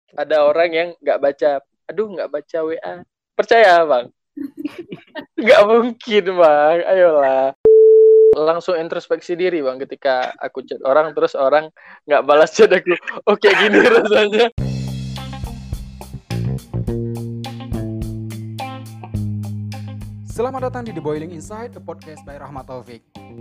ada orang yang nggak baca WA. Percaya bang? Nggak mungkin bang, ayolah. Langsung introspeksi diri bang ketika aku chat orang terus orang nggak balas chat aku. Oh kayak gini rasanya. Selamat datang di The Boiling Inside, a podcast by Rahmat Taufik.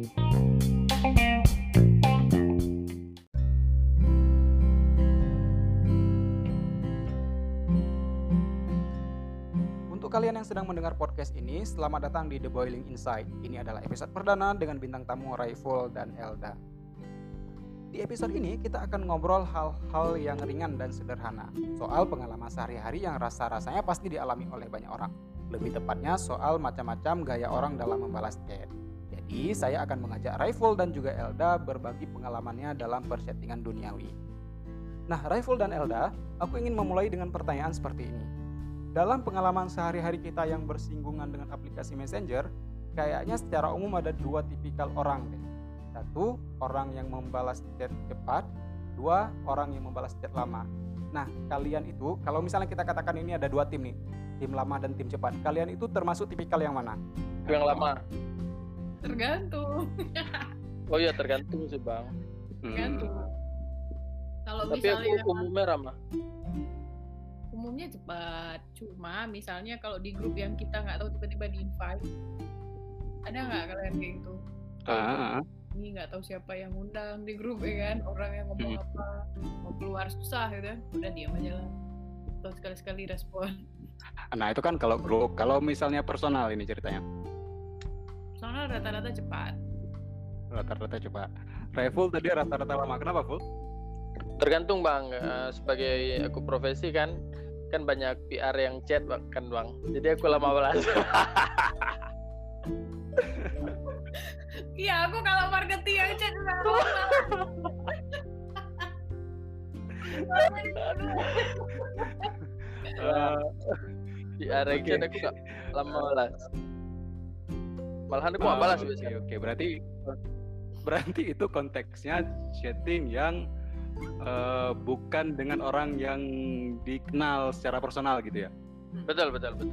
Untuk kalian yang sedang mendengar podcast ini, selamat datang di The Boiling Inside. Ini adalah episode perdana dengan bintang tamu Raiful dan Elda. Di episode ini kita akan ngobrol hal-hal yang ringan dan sederhana, soal pengalaman sehari-hari yang rasa-rasanya pasti dialami oleh banyak orang. Lebih tepatnya soal macam-macam gaya orang dalam membalas chat. Jadi saya akan mengajak Raiful dan juga Elda berbagi pengalamannya dalam perchattingan duniawi. Nah, Raiful dan Elda, aku ingin memulai dengan pertanyaan seperti ini. Dalam pengalaman sehari-hari kita yang bersinggungan dengan aplikasi Messenger, kayaknya secara umum ada dua tipikal orang deh. Satu, orang yang membalas chat cepat. Dua, orang yang membalas chat lama. Nah, kalian itu, kalau misalnya kita katakan ini ada dua tim nih, tim lama dan tim cepat. Kalian itu termasuk tipikal yang mana? Yang lama. Tergantung. Oh iya tergantung sih bang. Tergantung. Kalau Tapi misalnya aku umumnya ramah. umumnya cepat. Cuma misalnya kalau di grup yang kita nggak tahu tiba-tiba di invite, ada nggak kalian kayak gitu? Ini nggak tahu siapa yang undang di grup ya kan? Orang yang ngomong apa, mau keluar susah gitu, udah diam aja lah. Atau sekali-sekali respon. Nah, itu kan kalau grup. Kalau misalnya personal ini ceritanya. Soalnya rata-rata cepat. Rata-rata cepat. Raiful tadi rata-rata lama. Kenapa, Ful? Tergantung bang. Sebagai aku profesi kan banyak PR yang chat kan bang. Jadi aku lama balas. Iya, aku kalau marketing yang chat PR yang chat aku gak lama balas. Malahan aku gak balas biasanya. Oke. Berarti itu konteksnya chatting yang bukan dengan orang yang dikenal secara personal gitu ya. Betul.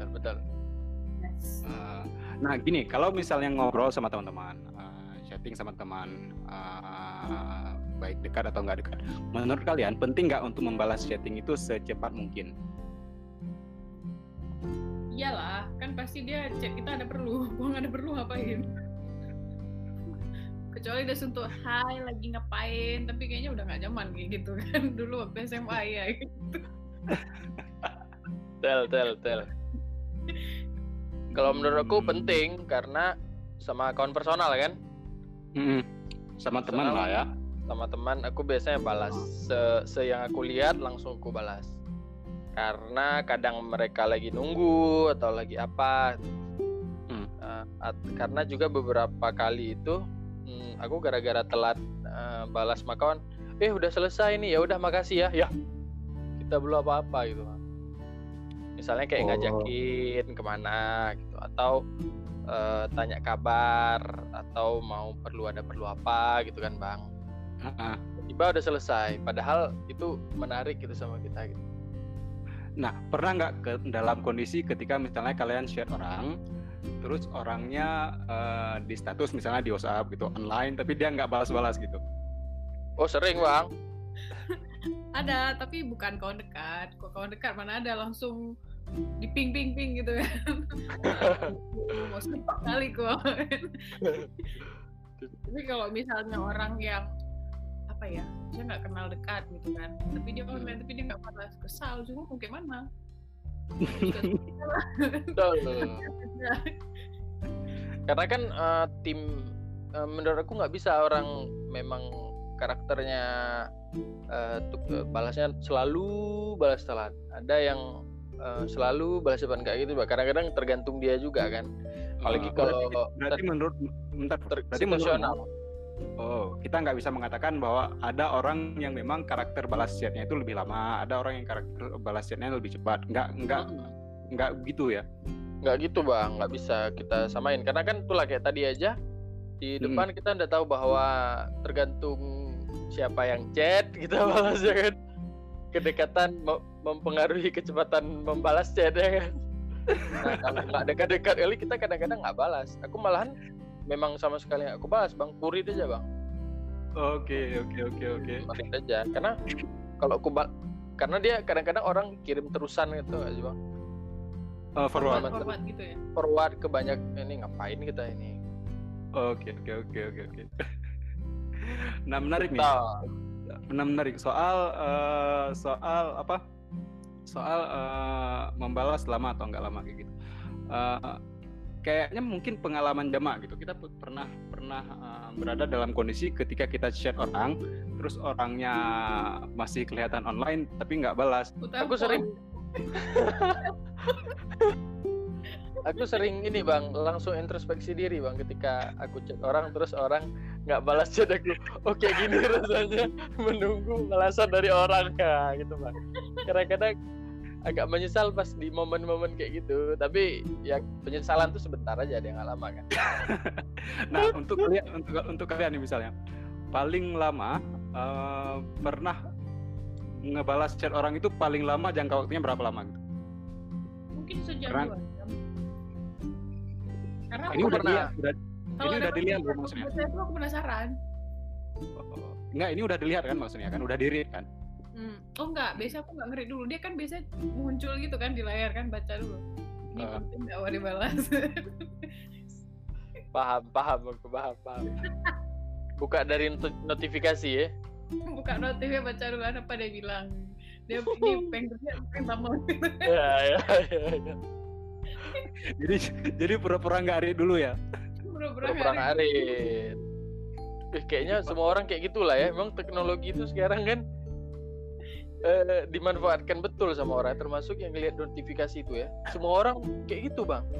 Nah gini, kalau misalnya ngobrol sama teman-teman, chatting sama teman, baik dekat atau nggak dekat, menurut kalian penting nggak untuk membalas chatting itu secepat mungkin? Iyalah, kan pasti dia chat kita ada perlu. Gua nggak ada perlu ngapain. Kecuali dia sentuh hai lagi ngapain, tapi kayaknya udah nggak zaman kayak gitu kan. Dulu waktu SMA ya gitu. Tel. Kalau menurut aku penting karena sama akun personal kan. Sama teman lah ya. Sama teman aku biasanya balas yang aku lihat langsung aku balas. Karena kadang mereka lagi nunggu atau lagi apa. Karena juga beberapa kali itu aku gara-gara telat balas kawan, udah selesai nih, ya udah makasih ya. Ya. Kita belum apa-apa gitu. Misalnya kayak ngajakin kemana gitu atau tanya kabar atau mau perlu apa gitu kan bang. Tiba udah selesai, padahal itu menarik gitu sama kita gitu. Nah, pernah nggak dalam kondisi ketika misalnya kalian share orang, terus orangnya di status misalnya di WhatsApp gitu online, tapi dia nggak balas-balas gitu? Oh sering bang. Ada, tapi bukan kawan dekat. Kok kawan dekat mana ada langsung di ping gitu kan. Mau sekali kok. Tapi kalau misalnya orang yang apa ya, saya nggak kenal dekat gitu kan, tapi dia online tapi dia nggak balas, kesal juga mau gimana. Karena kan tim menurut aku nggak bisa orang memang karakternya balasnya selalu balas telat. Ada yang selalu balas cepat kayak gitu. Kadang-kadang tergantung dia juga kan. Apalagi kalau berarti menurut situasional. Kita nggak bisa mengatakan bahwa ada orang yang memang karakter balas chatnya itu lebih lama, ada orang yang karakter balas chatnya lebih cepat. Nggak gitu ya? Nggak gitu bang, nggak bisa kita samain. Karena kan itulah kayak tadi aja di depan kita udah tahu bahwa tergantung siapa yang chat kita balasnya kan. kedekatan mempengaruhi kecepatan membalas chat ya kan. Nah, kalau nggak dekat-dekat kali kita kadang-kadang nggak balas. Aku malahan memang sama sekali nggak aku balas, Bang. Purit aja, Bang. Oke. Purit aja. Karena kalau karena dia kadang-kadang orang kirim terusan gitu aja, Bang. Forward gitu ya. Forward ke banyak ini ngapain kita ini. Oke. Nah, menarik nih. Menarik soal apa? Soal membalas lama atau enggak lama kayak gitu. Kayaknya mungkin pengalaman Dama gitu. Kita pernah berada dalam kondisi ketika kita chat orang, terus orangnya masih kelihatan online tapi nggak balas. Aku sering ini, Bang, langsung introspeksi diri, Bang, ketika aku chat orang terus orang nggak balas chat aku. Oke, gini rasanya menunggu balasan dari orang ya, gitu, Bang. Kadang-kadang agak menyesal pas di momen-momen kayak gitu, tapi ya penyesalan tuh sebentar aja, dia nggak lama kan. Nah, untuk kalian nih misalnya paling lama pernah ngebalas chat orang itu paling lama jangka waktunya berapa lama gitu? Mungkin sejam 2 jam. Karena ini udah dilihat belum maksudnya? Aku penasaran. Enggak, ini udah dilihat kan maksudnya kan? Udah di-read kan? Oh enggak, biasa aku enggak nge-read dulu. Dia kan biasa muncul gitu kan di layar kan, baca dulu. Ini penting enggak mau dibalas. Paham. Buka dari notifikasi ya. Buka notifnya, baca dulu apa dia bilang. Dia ini pengen sama. Ya. Jadi pura-pura nggak read dulu ya? Pura-pura nggak read. Kayaknya semua orang kayak gitulah ya. Memang teknologi itu sekarang kan dimanfaatkan betul sama orang, termasuk yang ngelihat notifikasi itu ya. Semua orang kayak gitu, Bang.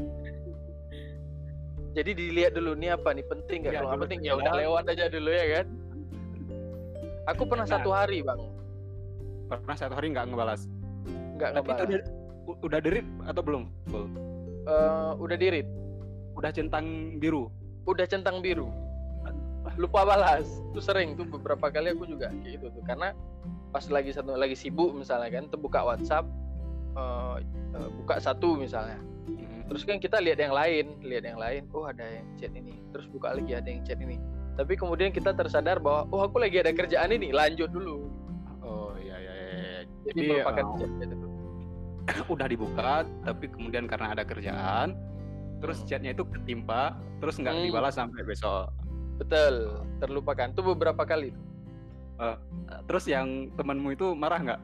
Jadi dilihat dulu nih apa nih, penting nggak? Kalau penting ya udah lewat aja dulu ya kan. Aku pernah 1 hari, Bang. Pernah 1 hari nggak ngebalas? Nggak ngebalas. Tapi udah di-read atau belum? Udah di-read. Udah centang biru. Lupa balas. Itu sering tuh, beberapa kali aku juga kayak gitu tuh. Karena pas lagi sibuk misalnya kan, tuh buka WhatsApp, buka satu misalnya. Terus kan kita lihat yang lain, oh ada yang chat ini. Terus buka lagi ada yang chat ini. Tapi kemudian kita tersadar bahwa aku lagi ada kerjaan ini, lanjut dulu. Oh iya. Jadi melupakan chat itu. Udah dibuka, tapi kemudian karena ada kerjaan, terus chatnya itu ketimpa, terus nggak dibalas sampai besok. Betul, terlupakan. Itu beberapa kali. Terus yang temanmu itu marah nggak?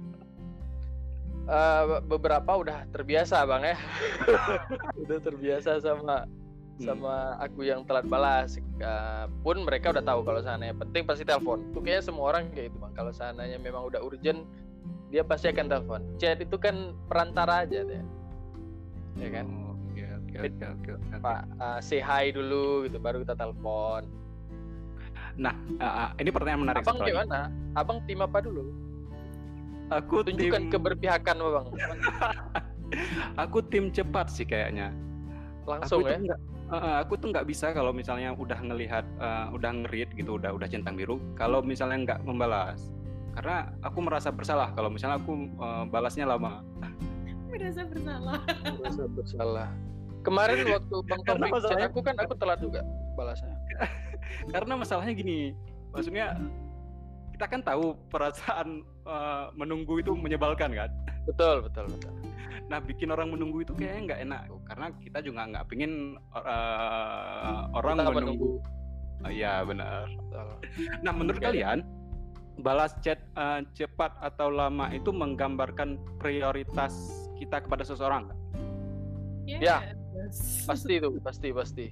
Beberapa udah terbiasa, Bang ya. Udah terbiasa sama aku yang telat balas. Pun mereka udah tahu kalau seandainya penting pasti telepon. Itu kayaknya semua orang kayak gitu, Bang. Kalau seandainya memang udah urgent, dia pasti akan telepon. Chat itu kan perantara aja deh. Ya kan? Oke. Pak, say hi dulu gitu, baru kita telepon. Nah, ini pertanyaan menarik. Abang gimana? Abang tim apa dulu? Aku tunjukkan keberpihakan, Bang. Aku tim cepat sih kayaknya. Langsung aku tuh nggak bisa kalau misalnya udah ngelihat, udah nge-read gitu, udah centang biru. Kalau misalnya nggak membalas, karena aku merasa bersalah kalau misalnya aku balasnya lama. Merasa bersalah. Kemarin waktu Bang Taufik chat aku telat juga balasnya. Karena masalahnya gini, maksudnya kita kan tahu perasaan menunggu itu menyebalkan kan? Betul. Nah, bikin orang menunggu itu kayaknya nggak enak, karena kita juga nggak pingin orang menunggu. Iya benar. Betul. Nah, menurut kalian balas chat cepat atau lama itu menggambarkan prioritas kita kepada seseorang? Ya, pasti itu, pasti.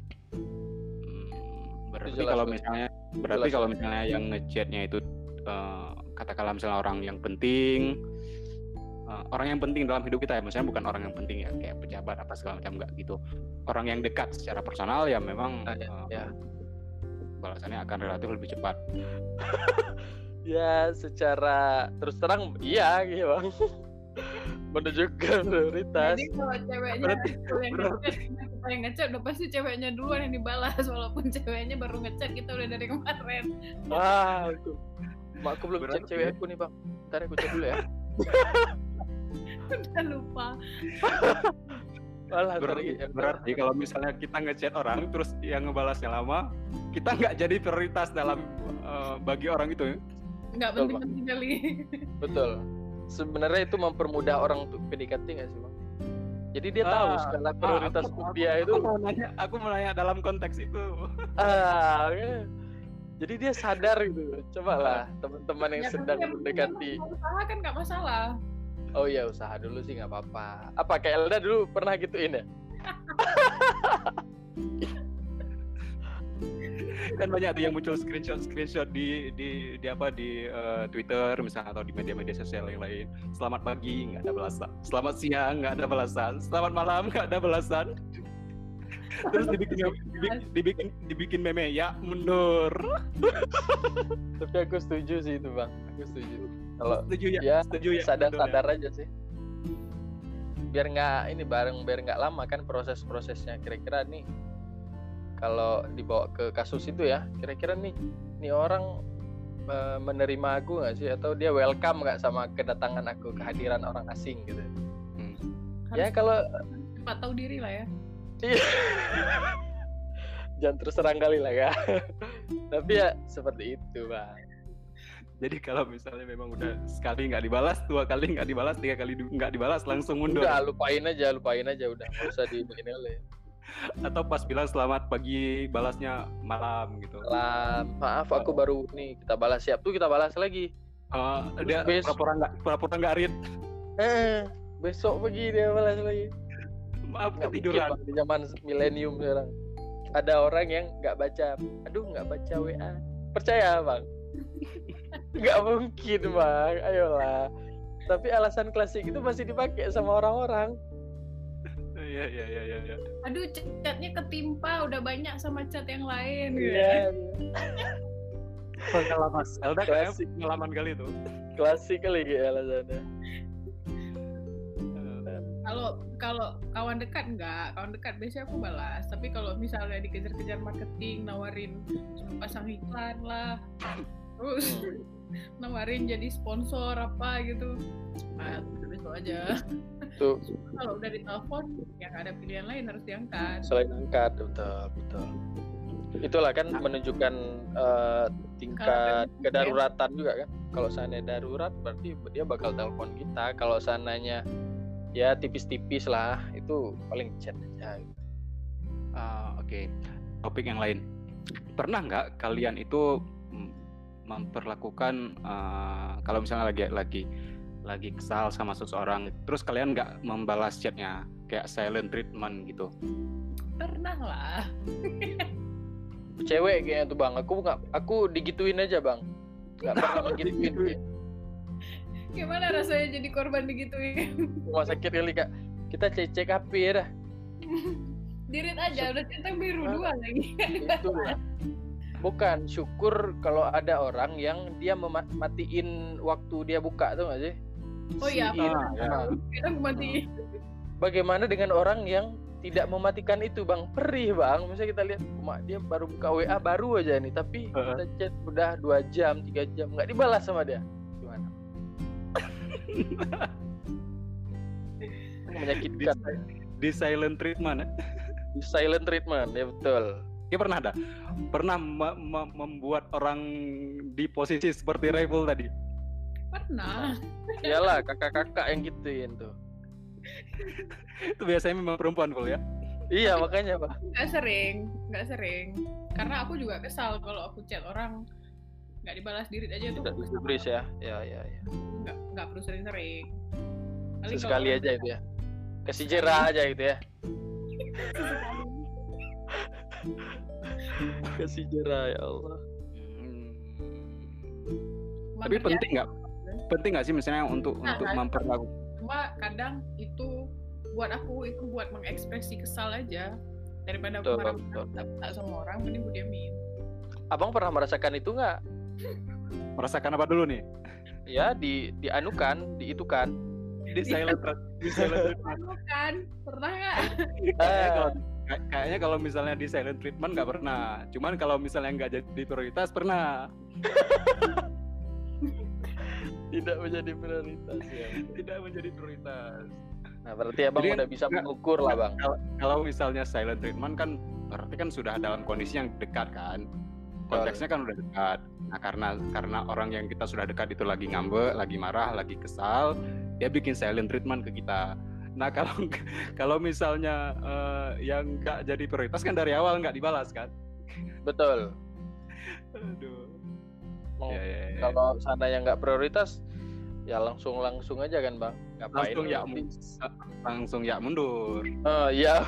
Berarti kalau misalnya yang ngechatnya itu katakanlah misalnya orang yang penting dalam hidup kita ya, misalnya bukan orang yang penting ya kayak pejabat apa segala macam, enggak gitu. Orang yang dekat secara personal ya memang balasannya akan relatif lebih cepat. Ya, secara terus terang iya gitu, Bang. Menunjukkan prioritas. Jadi kalau ceweknya kita yang ngechat, udah pasti ceweknya duluan yang dibalas, walaupun ceweknya baru ngechat kita udah dari kemarin. Aku belum chat cewek aku nih, Bang. Bentar aku cek dulu ya. Udah lupa. Malah berarti kalau misalnya kita ngechat orang terus yang ngebalasnya lama, kita nggak jadi prioritas dalam bagi orang itu. Nggak penting-penting kali. Betul. Sebenarnya itu mempermudah orang untuk PDKT nggak sih, Bang? Jadi dia tahu skala prioritas dia itu. Aku mau nanya dalam konteks itu. Jadi dia sadar gitu. Cobalah teman-teman yang sedang mendekati. Usaha kan nggak masalah. Oh iya, usaha dulu sih nggak apa-apa. Apa kayak Elda dulu pernah gituin ya? Kan banyak tuh yang muncul screenshot di Twitter misalnya atau di media-media sosial yang lain. Selamat pagi nggak ada balasan, selamat siang nggak ada balasan, selamat malam nggak ada balasan. Terus dibikin meme ya mundur. Tapi aku setuju sih itu, Bang. Aku setuju. Kalau setuju ya sadar aja sih. Biar nggak lama kan prosesnya. Kira-kira nih kalau dibawa ke kasus itu ya, kira-kira nih orang menerima aku nggak sih, atau dia welcome nggak sama kedatangan aku, kehadiran orang asing gitu. Ya kalau cepat tahu diri lah ya. Jangan terus terang kali lah ya. Tapi ya seperti itu, Bang. Jadi kalau misalnya memang udah sekali nggak dibalas, 2 kali nggak dibalas, 3 kali nggak dibalas, langsung mundur. Udah lupain aja udah, nggak usah dibikin oleh. Atau pas bilang selamat pagi, balasnya malam gitu. Malam, maaf aku baru nih, kita balas, siap tuh kita balas lagi. Dia pura-pura nggak read. Besok pagi dia balas lagi. Maaf Nggak ketiduran. mungkin, di zaman milenium sekarang ada orang yang nggak baca WA. Percaya, Bang? Nggak mungkin, Bang. Ayolah. Tapi alasan klasik itu masih dipakai sama orang-orang. Iya. Aduh, chatnya ketimpa, udah banyak sama chat yang lain. Iya. Pengalaman Elda kayak pengalaman kali itu. Klasik kali ya alasannya. Kalau kawan dekat biasanya aku balas. Tapi kalau misalnya dikejar-kejar marketing, nawarin pasang iklan lah, terus nawarin jadi sponsor apa gitu, besok aja. Tuh. Kalau udah ditelepon, yang ada pilihan lain harus diangkat. Selain angkat, betul. Itulah kan menunjukkan tingkat kedaruratan juga kan. Kalau seandainya darurat, berarti dia bakal telepon kita. Kalau seandainya ya tipis-tipis lah, itu paling chat aja. Oke. Topik yang lain. Pernah nggak kalian itu memperlakukan kalau misalnya lagi kesal sama seseorang, terus kalian nggak membalas chatnya, kayak silent treatment gitu? Pernah lah. Cewek kayaknya tuh, Bang. Aku digituin aja, Bang. Nggak pernah digituin. Gimana rasanya jadi korban digituin? Rumah sakit kali, Kak. Kita cek HP ya dah. Dirit aja, udah centang biru 2 lagi. Itu lah. Bukan, syukur kalau ada orang yang dia matiin waktu dia buka, tuh nggak sih? Oh iya, kita matiin. Bagaimana dengan orang yang tidak mematikan itu, Bang? Perih, Bang. Misalnya kita lihat dia baru buka WA baru aja nih, tapi kita chat udah 2 jam, 3 jam nggak dibalas sama dia. Gimana? Menyakitkan. Di silent treatment. Di silent treatment, ya betul. Ya pernah membuat orang di posisi seperti Raiful tadi? Pernah. Iyalah, kakak-kakak yang gituin tuh. Itu biasanya memang perempuan, Ful, ya? Iya, makanya, Pak. Nggak sering. Karena aku juga kesal kalau aku chat orang nggak dibalas dirit aja tuh. Nggak dibris ya? Ya. Nggak perlu sering-sering. Sesekali aja itu ya. Kasih jerah aja gitu ya. Kasih jerah, ya Allah. Tapi penting nggak sih misalnya untuk memperlakukan? Cuma kadang itu buat mengekspresi kesal aja, daripada aku marah sama orang, mending gue diamin. Abang pernah merasakan itu nggak? Merasakan apa dulu nih? Ya dianukan, diitukan. Di silent kan pernah nggak? Kayaknya kalau misalnya di silent treatment nggak pernah. Cuman kalau misalnya nggak jadi prioritas pernah. Tidak menjadi prioritas ya. Tidak menjadi prioritas. Nah, berarti Abang Jadi kan udah bisa mengukur lah, Bang. Kalau misalnya silent treatment kan berarti kan sudah dalam kondisi yang dekat kan. Konteksnya kan udah dekat. Nah, karena orang yang kita sudah dekat itu lagi ngambek, lagi marah, lagi kesal, dia bikin silent treatment ke kita. Nah, kalau misalnya yang nggak jadi prioritas kan dari awal nggak dibalas kan. Betul. Aduh. Ya. Kalau seandainya nggak prioritas, ya langsung aja kan, Bang. Ngapain langsung ya mundur. Oh ya.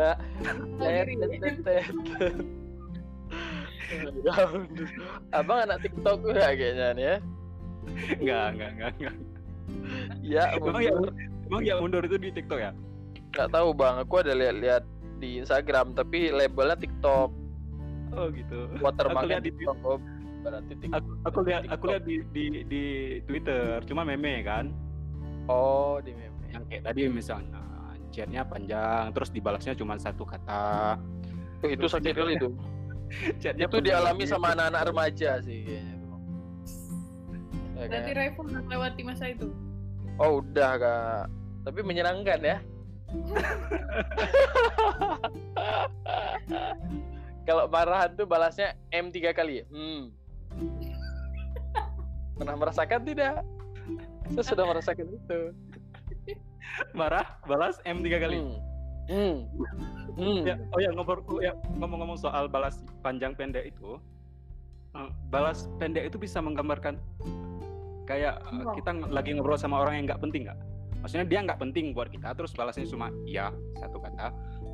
Abang anak TikTok ya kayaknya nih ya. Enggak. Ya, Emang ya mundur itu di TikTok ya? Nggak tahu, Bang. Aku ada lihat di Instagram tapi labelnya TikTok. Oh gitu. Watermarknya di TikTok. Oh, berarti TikTok. Aku lihat di Twitter, cuma meme kan. Oh, di meme. Yang kayak tadi misalnya chatnya panjang, terus dibalasnya cuma satu kata. Itu sakit real itu. Chatnya itu dialami sama anak-anak remaja sih kayaknya itu. Ya, berarti kan? Raiful udah melewati masa itu. Oh udah Kak. Tapi menyenangkan ya. Kalau marahan tuh balasnya M 3 kali. Pernah merasakan tidak? Saya sudah merasakan itu. Marah, balas M 3 kali. Ya, ngomong-ngomong soal balas panjang pendek itu, balas pendek itu bisa menggambarkan kayak kita lagi ngobrol sama orang yang nggak penting nggak? Maksudnya dia nggak penting buat kita, terus balasnya cuma ya satu kata,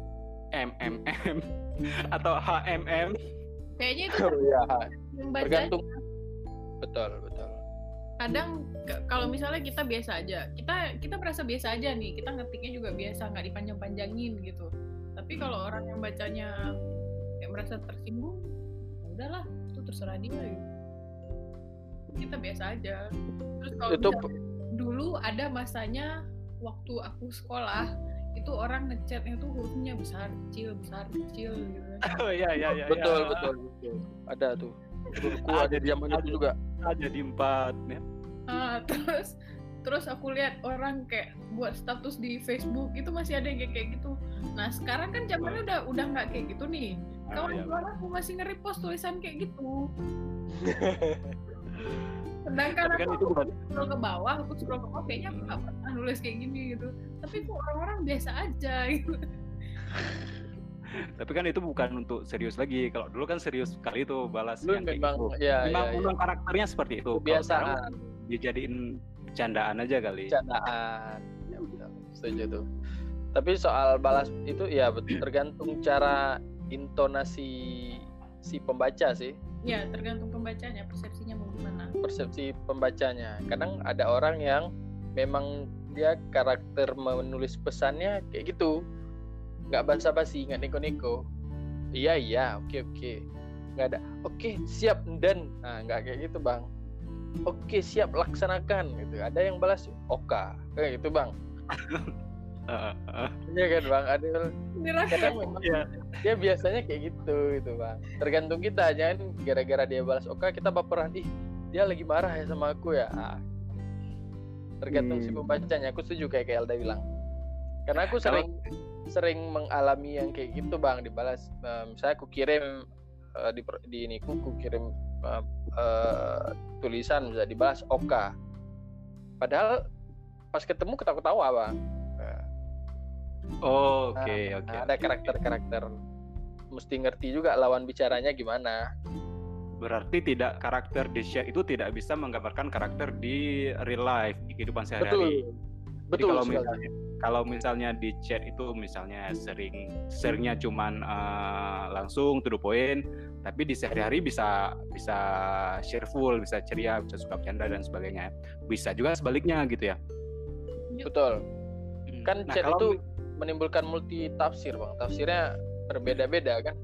atau HMM. Kayaknya itu tergantung. Betul. Kadang kalau misalnya kita biasa aja, kita merasa biasa aja nih, kita ngetiknya juga biasa, nggak dipanjang-panjangin gitu. Tapi kalau orang yang bacanya kayak merasa tersinggung, ya udahlah, itu terserah dia gitu. Kita biasa aja. Terus kalau itu dulu ada masanya waktu aku sekolah, itu orang ngechatnya tuh hurufnya besar kecil gitu. Oh iya. Betul. Ada tuh. Hurufku ada di zaman itu juga. Ada di 4 ya. Terus aku lihat orang kayak buat status di Facebook itu masih ada yang kayak gitu. Nah sekarang kan zamannya udah nggak kayak gitu nih. Kawan-kawan aku masih nge-repost tulisan kayak gitu. Sedangkan kan aku scroll ke bawah, kayaknya aku nggak pernah nulis kayak gini gitu. Tapi kok orang-orang biasa aja gitu. Tapi kan itu bukan untuk serius lagi. Kalau dulu kan serius sekali itu balas lu yang kayak memang, gitu. Memang karakternya seperti itu. Kebiasaan. Dijadiin bercandaan aja kali. Bercandaan. Ya betul. Setuju tuh. Tapi soal balas itu ya tergantung cara intonasi si pembaca sih. Ya tergantung pembacanya, persepsinya mau gimana. Persepsi pembacanya. Kadang ada orang yang memang dia karakter menulis pesannya kayak gitu. Nggak basa-basi, nggak neko-neko. Iya, oke. Nggak ada, oke, siap, dan. Nah, nggak kayak gitu, Bang. Oke, siap, laksanakan. Gitu. Ada yang balas, oka. Kayak gitu, Bang. Iya kan, Bang? Ada kadang memang dia biasanya kayak gitu, Bang. Tergantung kita, jangan gara-gara dia balas oka, kita baperan. Ih, dia lagi marah ya sama aku ya. Nah, tergantung si pembacanya. Aku setuju kayak Elda bilang. Karena aku sering mengalami yang kayak gitu, Bang, dibalas. Misalnya aku kirim aku kirim tulisan bisa dibalas oka. Padahal pas ketemu ketawa-ketawa, Bang. Oke. Ada karakter mesti ngerti juga lawan bicaranya gimana. Berarti karakter di chat itu tidak bisa menggambarkan karakter di real life, di kehidupan sehari-hari. Betul. Kalau misalnya di chat itu misalnya seringnya cuman langsung to the point, tapi di sehari-hari bisa cheerful, bisa ceria, bisa suka bercanda dan sebagainya. Bisa juga sebaliknya gitu ya. Betul. Kan chat itu menimbulkan multi tafsir, Bang. Tafsirnya berbeda-beda kan.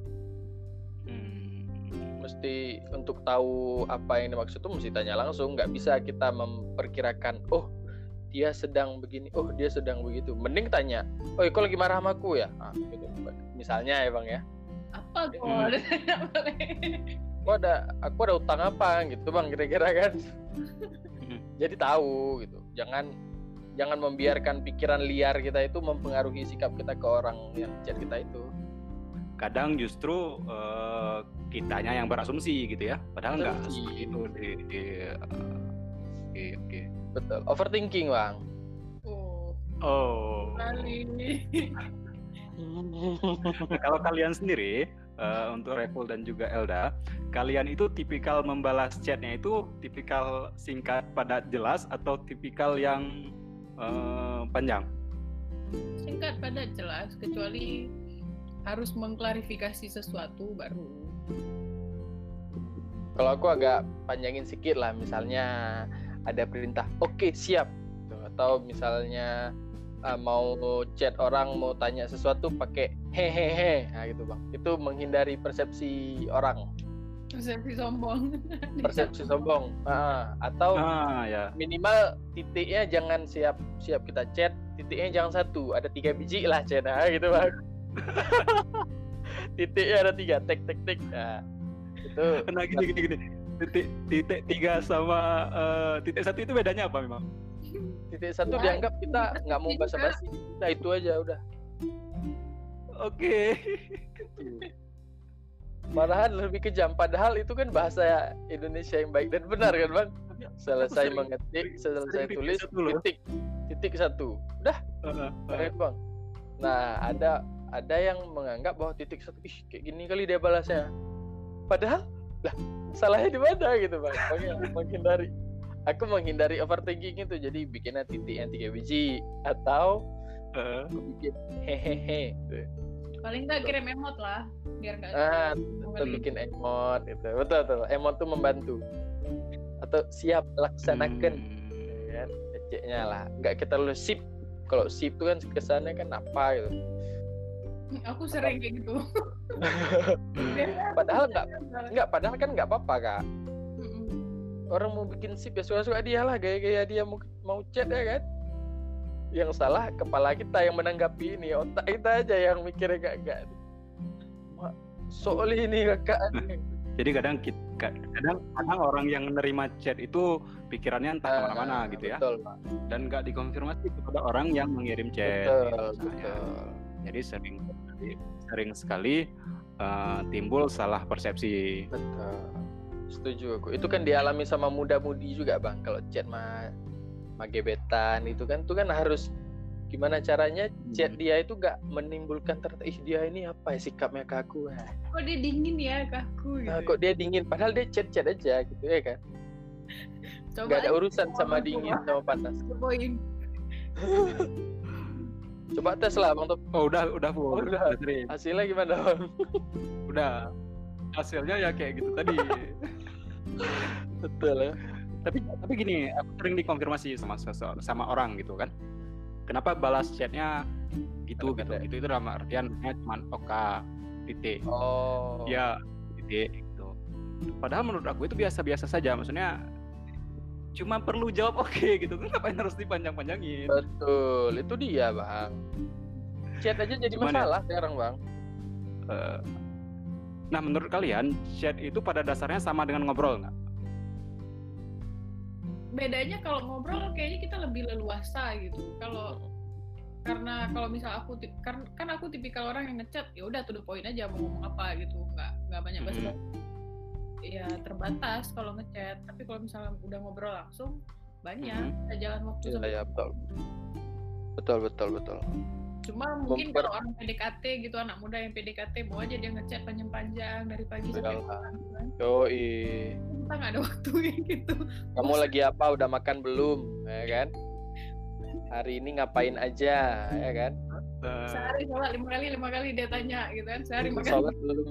Mesti untuk tahu apa yang dimaksud itu mesti tanya langsung. Nggak bisa kita memperkirakan, oh dia sedang begini, oh dia sedang begitu. Mending tanya, oh kok lagi marah sama aku ya? Nah, gitu. Misalnya ya, Bang ya. Apa kok? Aku ada utang apa gitu, Bang, kira-kira kan. Jadi tahu gitu. Jangan membiarkan pikiran liar kita itu mempengaruhi sikap kita ke orang yang chat kita itu. Kadang justru kitanya yang berasumsi gitu ya, padahal enggak seperti itu Oke. Betul. Overthinking, Bang. Kali. Kalau kalian sendiri untuk Raiful dan juga Elda, kalian itu tipikal membalas chatnya itu tipikal singkat, padat, jelas atau tipikal yang panjang? Singkat, padat, jelas, kecuali harus mengklarifikasi sesuatu baru. Kalau aku agak panjangin sedikit lah, misalnya ada perintah, oke, siap. Atau misalnya mau chat orang, mau tanya sesuatu pakai hehehe, nah gitu Bang. Itu menghindari persepsi orang. Persepsi sombong. Atau ya. minimal titiknya jangan siap kita chat, titiknya jangan 1, ada 3 biji lah chat, gitu Bang. Titiknya ada 3, tek. Nah, itu. Nah gini. Titik 3 sama titik 1 itu bedanya apa memang? Titik 1 dianggap kita nggak mau basa-basi, nah itu aja udah. Oke. Malahan lebih kejam, padahal itu kan bahasa Indonesia yang baik dan benar kan Bang. Selesai mengetik, selesai tulis, titik 1, udah. Keren Bang. Nah ada yang menganggap bahwa titik 1, kayak gini kali dia balasnya, padahal lah salahnya di mana gitu Bang. Aku menghindari overthinking itu, jadi bikinnya titik yang 3 biji atau aku bikin hehehe. Paling nggak kirim emot lah, biar nggak. Atau bikin emot gitu. Betul. Emot tuh membantu. Atau siap laksanakan. Ya, eceknya lah. Nggak kita lu sip. Kalau sip tuh kan kesannya kan apa gitu. Aku sering kayak gitu. Padahal padahal kan nggak apa-apa Kak. Orang mau bikin sip ya suka-suka dia lah, gaya-gaya dia mau chat ya kan. Yang salah kepala kita yang menanggapi ini, otak kita aja yang mikirnya gak. Soal ini Kakak. Jadi kadang orang yang menerima chat itu pikirannya entah kemana-mana gitu ya. Betul, Pak. Dan nggak dikonfirmasi kepada orang yang mengirim chat. Betul. Jadi sering sekali timbul salah persepsi. Betul. Setuju aku. Itu kan dialami sama muda-mudi juga Bang. Kalau chat gebetan itu kan harus gimana caranya chat dia itu gak menimbulkan dia ini apa ya sikapnya ke aku. Kok dia dingin ya ke aku gitu. Kok dia dingin padahal dia chat aja gitu ya kan. Gak ada urusan sama dingin sama panas. Coba tes lah Bang Top. Udah full. Udah. Hasilnya gimana Bang? Udah. Hasilnya ya kayak gitu tadi. Betul ya. Tapi gini, aku sering dikonfirmasi sama orang gitu kan. Kenapa balas chatnya gitu? Itu dalam artiannya cuma oka titik. Oh. Ya titik gitu. Padahal menurut aku itu biasa-biasa saja. Maksudnya cuma perlu jawab oke gitu. Ngapain harus dipanjang-panjangin? Betul, itu dia Bang. Chat aja jadi masalah sekarang Bang. Nah menurut kalian chat itu pada dasarnya sama dengan ngobrol nggak? Bedanya kalau ngobrol kayaknya kita lebih leluasa gitu. Karena kalau misal aku kan aku tipikal orang yang ngechat ya udah to the point aja mau ngomong apa gitu, nggak banyak basa-basi. Ya terbatas kalau ngechat, tapi kalau misalnya udah ngobrol langsung banyak kita jalan waktu sama. Ya betul. Cuma mungkin kalau orang PDKT gitu, anak muda yang PDKT mau aja dia ngechat panjang-panjang dari pagi sampai malam kan. Yoi. Kita nggak ada waktunya gitu. Kamu lagi apa? Udah makan belum? Ya kan? Hari ini ngapain aja? Ya kan? Sehari sholat 5 kali dia tanya gitu kan. Sehari makan. Sholat belum?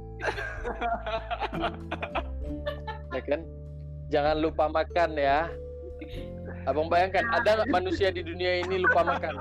Ya kan? Jangan lupa makan ya. Abang bayangkan ada nggak manusia di dunia ini lupa makan?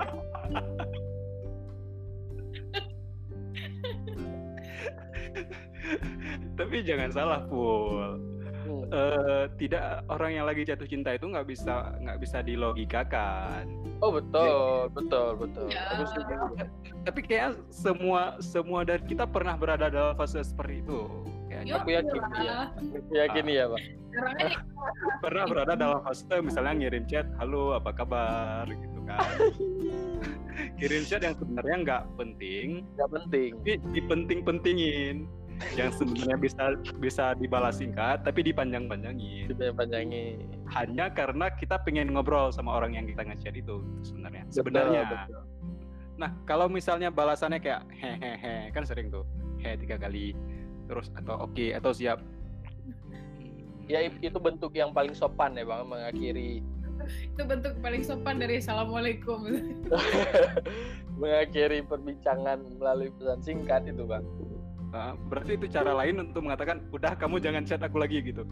Tapi jangan salah Pul. Tidak, orang yang lagi jatuh cinta itu nggak bisa dilogikakan. Oh betul. Ya. Tapi kayak semua dari kita pernah berada dalam fase seperti itu. kayaknya. Aku yakin ya. Aku yakin ya, Pak. Sekarang aja Pernah berada dalam fase misalnya ngirim chat, halo apa kabar gitu kan. Kirim chat yang sebenarnya nggak penting, tapi dipenting-pentingin. Yang sebenarnya bisa dibalas singkat, tapi dipanjang-panjangin. Hanya karena kita pengen ngobrol sama orang yang kita ngechat itu sebenarnya. Betul. Nah, kalau misalnya balasannya kayak hehehe, kan sering tuh, 3 kali, terus atau oke, atau siap. Ya itu bentuk yang paling sopan ya Bang, mengakhiri. itu bentuk paling sopan dari assalamualaikum. Mengakhiri perbincangan melalui pesan singkat itu Bang. Berarti itu cara lain untuk mengatakan, udah kamu jangan chat aku lagi gitu.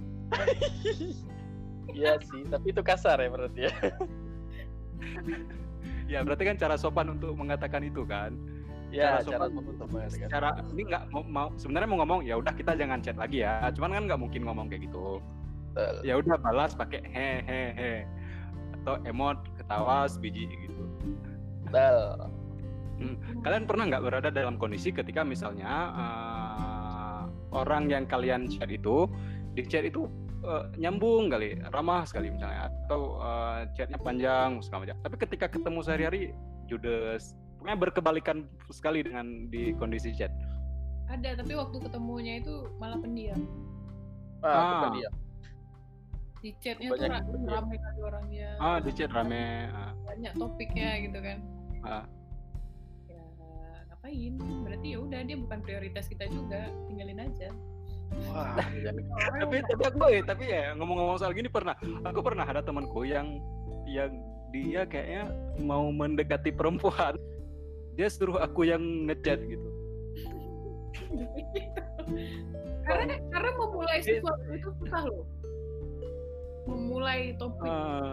Iya sih, tapi itu kasar ya berarti ya. Ya berarti kan cara sopan untuk mengatakan itu kan. Ya, cara sopan untuk mengatakan. Cara ini nggak mau sebenarnya mau ngomong ya udah kita jangan chat lagi ya. Cuman kan nggak mungkin ngomong kayak gitu. Ya udah balas pakai hehehe atau emot ketawa sebiji gitu. Betul. Kalian pernah nggak berada dalam kondisi ketika misalnya orang yang kalian chat itu di chat itu nyambung kali, ramah sekali misalnya, atau chatnya panjang segala macam. Tapi ketika ketemu sehari-hari judes, pokoknya berkebalikan sekali dengan di kondisi chat. Ada, tapi waktu ketemunya itu malah pendiam. Pendiam. Di chatnya tuh rame kali orangnya. Di chat rame. Banyak topiknya gitu kan. Ya ngapain? Berarti ya udah dia bukan prioritas kita juga, tinggalin aja. Wah, tapi ya ngomong-ngomong soal gini aku pernah ada temanku yang dia kayaknya mau mendekati perempuan, dia suruh aku yang ngechat gitu. karena memulai sesuatu itu susah loh. Memulai topik,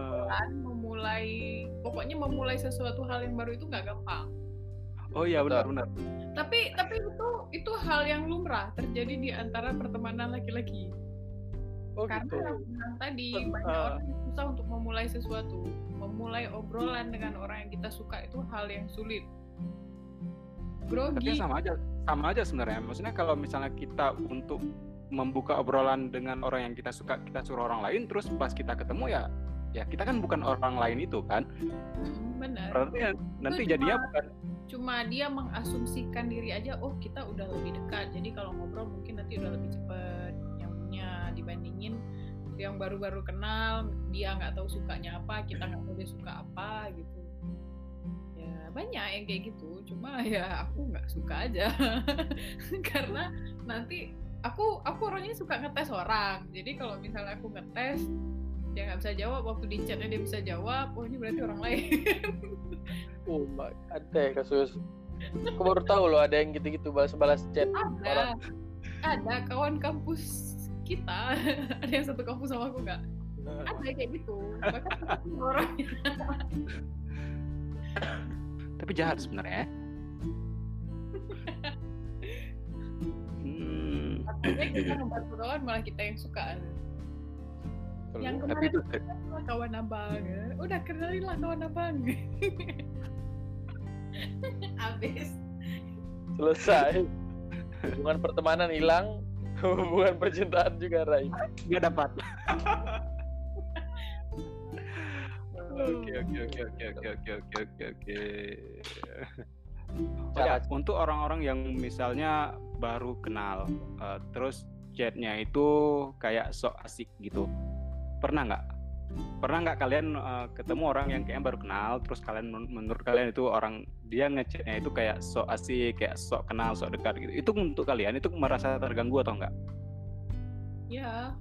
pokoknya memulai sesuatu hal yang baru itu nggak gampang. Oh iya benar. Tapi itu hal yang lumrah terjadi di antara pertemanan laki-laki. Karena yang bilang tadi banyak orang yang susah untuk memulai sesuatu, memulai obrolan dengan orang yang kita suka itu hal yang sulit. Grogi. Tapi sama aja sebenarnya. Maksudnya kalau misalnya kita untuk membuka obrolan dengan orang yang kita suka, kita suruh orang lain, terus pas kita ketemu ya kita kan bukan orang lain itu kan. Benar. Berarti nanti jadinya bukan. Cuma dia mengasumsikan diri aja, oh kita udah lebih dekat, jadi kalau ngobrol mungkin nanti udah lebih cepat nyambungnya dibandingin yang baru-baru kenal, dia nggak tahu sukanya apa, kita nggak tahu dia suka apa gitu. Ya banyak yang kayak gitu, cuma ya aku nggak suka aja. Karena nanti aku orangnya suka ngetes orang, jadi kalau misalnya aku ngetes dia nggak bisa jawab, waktu di chatnya dia bisa jawab, oh ini berarti orang lain. Oh my, ada kasus. Aku baru tahu loh ada yang gitu-gitu balas chat orang. Ada kawan kampus kita, ada yang satu kampus sama aku nggak? Ada kayak gitu. Bahkan orangnya. Tapi jahat sebenarnya. Akhirnya kita membantu kawan malah kita yang suka. Yang kemarin itu kawan abang, udah kenalin lah kawan abang. Habis selesai, hubungan pertemanan hilang, hubungan percintaan juga raih. Nggak dapat. Oke. Untuk orang-orang yang misalnya baru kenal, terus chatnya itu kayak sok asik gitu. Pernah nggak kalian ketemu orang yang kayaknya baru kenal, terus kalian menurut kalian itu orang dia ngechatnya itu kayak sok asik, kayak sok kenal, sok dekat gitu. Itu untuk kalian itu merasa terganggu atau enggak? Ya.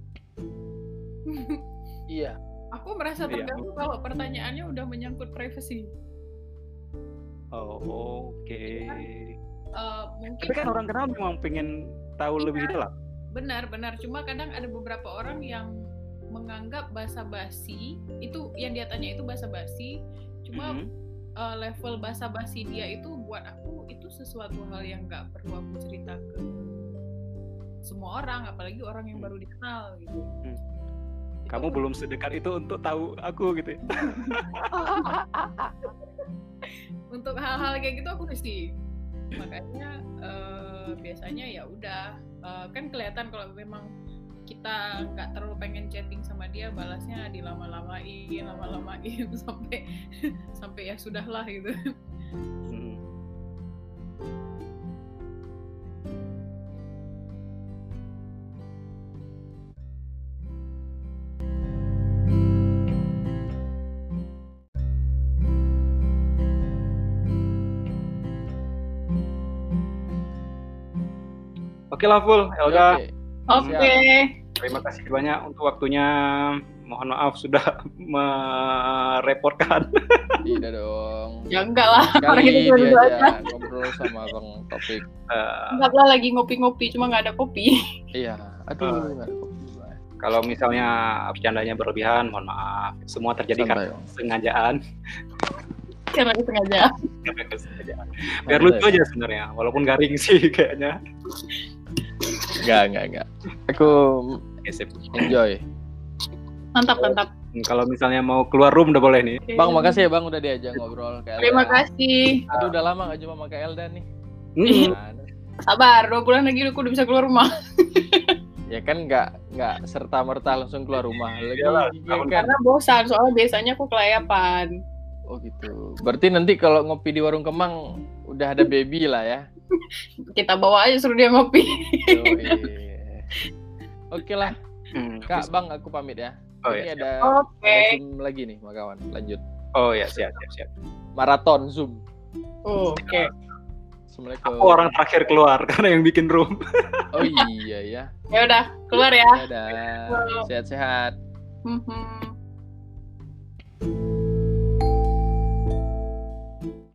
Iya. Aku merasa terganggu kalau pertanyaannya udah menyangkut privasi. Oh, oke. Mungkin. Tapi kan orang kenal memang pengen tahu lebih dalam. Benar. Cuma kadang ada beberapa orang yang menganggap basa-basi itu yang dia tanya itu basa-basi, cuma level basa-basi dia itu buat aku itu sesuatu hal yang nggak perlu aku cerita ke semua orang, apalagi orang yang baru dikenal gitu. Kamu itu belum sedekat itu untuk tahu aku gitu. Untuk hal-hal kayak gitu aku mesti makanya biasanya ya udah kan kelihatan kalau memang kita nggak terlalu pengen chatting sama dia, balasnya dilama-lamain sampai ya sudahlah gitu. Oke lah Full, Elga. Oke. Terima kasih banyak untuk waktunya. Mohon maaf sudah merepotkan. Tidak dong. Ya enggak lah. Kali Kita dia berdua aja ngobrol sama Bang Topik. Enggak lah, lagi ngopi-ngopi, cuma nggak ada kopi. Iya. Aduh, nggak ada kopi. Kalau misalnya bercandanya berlebihan, mohon maaf. Semua terjadi Santai. karena kesengajaan. Karena sengaja. Biar lucu aja sebenarnya, walaupun garing sih kayaknya. Enggak. Aku enjoy. Mantap. Kalau misalnya mau keluar room udah boleh nih. Bang, makasih ya Bang udah diajak ngobrol kayak Terima kasih. Aduh, udah lama gak jumpa sama Kak Elda nih. Sabar, 2 bulan lagi aku udah bisa keluar rumah. Ya kan nggak serta-merta langsung keluar rumah. Iyalah, Kan. Karena bosan, soalnya biasanya aku kelayapan. Oh gitu. Berarti nanti kalau ngopi di warung Kemang udah ada baby lah ya. Kita bawa aja, suruh dia ngopi. Oke lah. Kak, Bang, aku pamit ya. Oh, Ini ya, ada Oke. Zoom lagi nih, makawan. Lanjut. Oh ya, siap. Maraton Zoom. Oke. Assalamualaikum. Aku orang terakhir keluar karena yang bikin room. Oh iya ya. Ya udah, keluar ya. Dadah. Sehat-sehat. Mhm.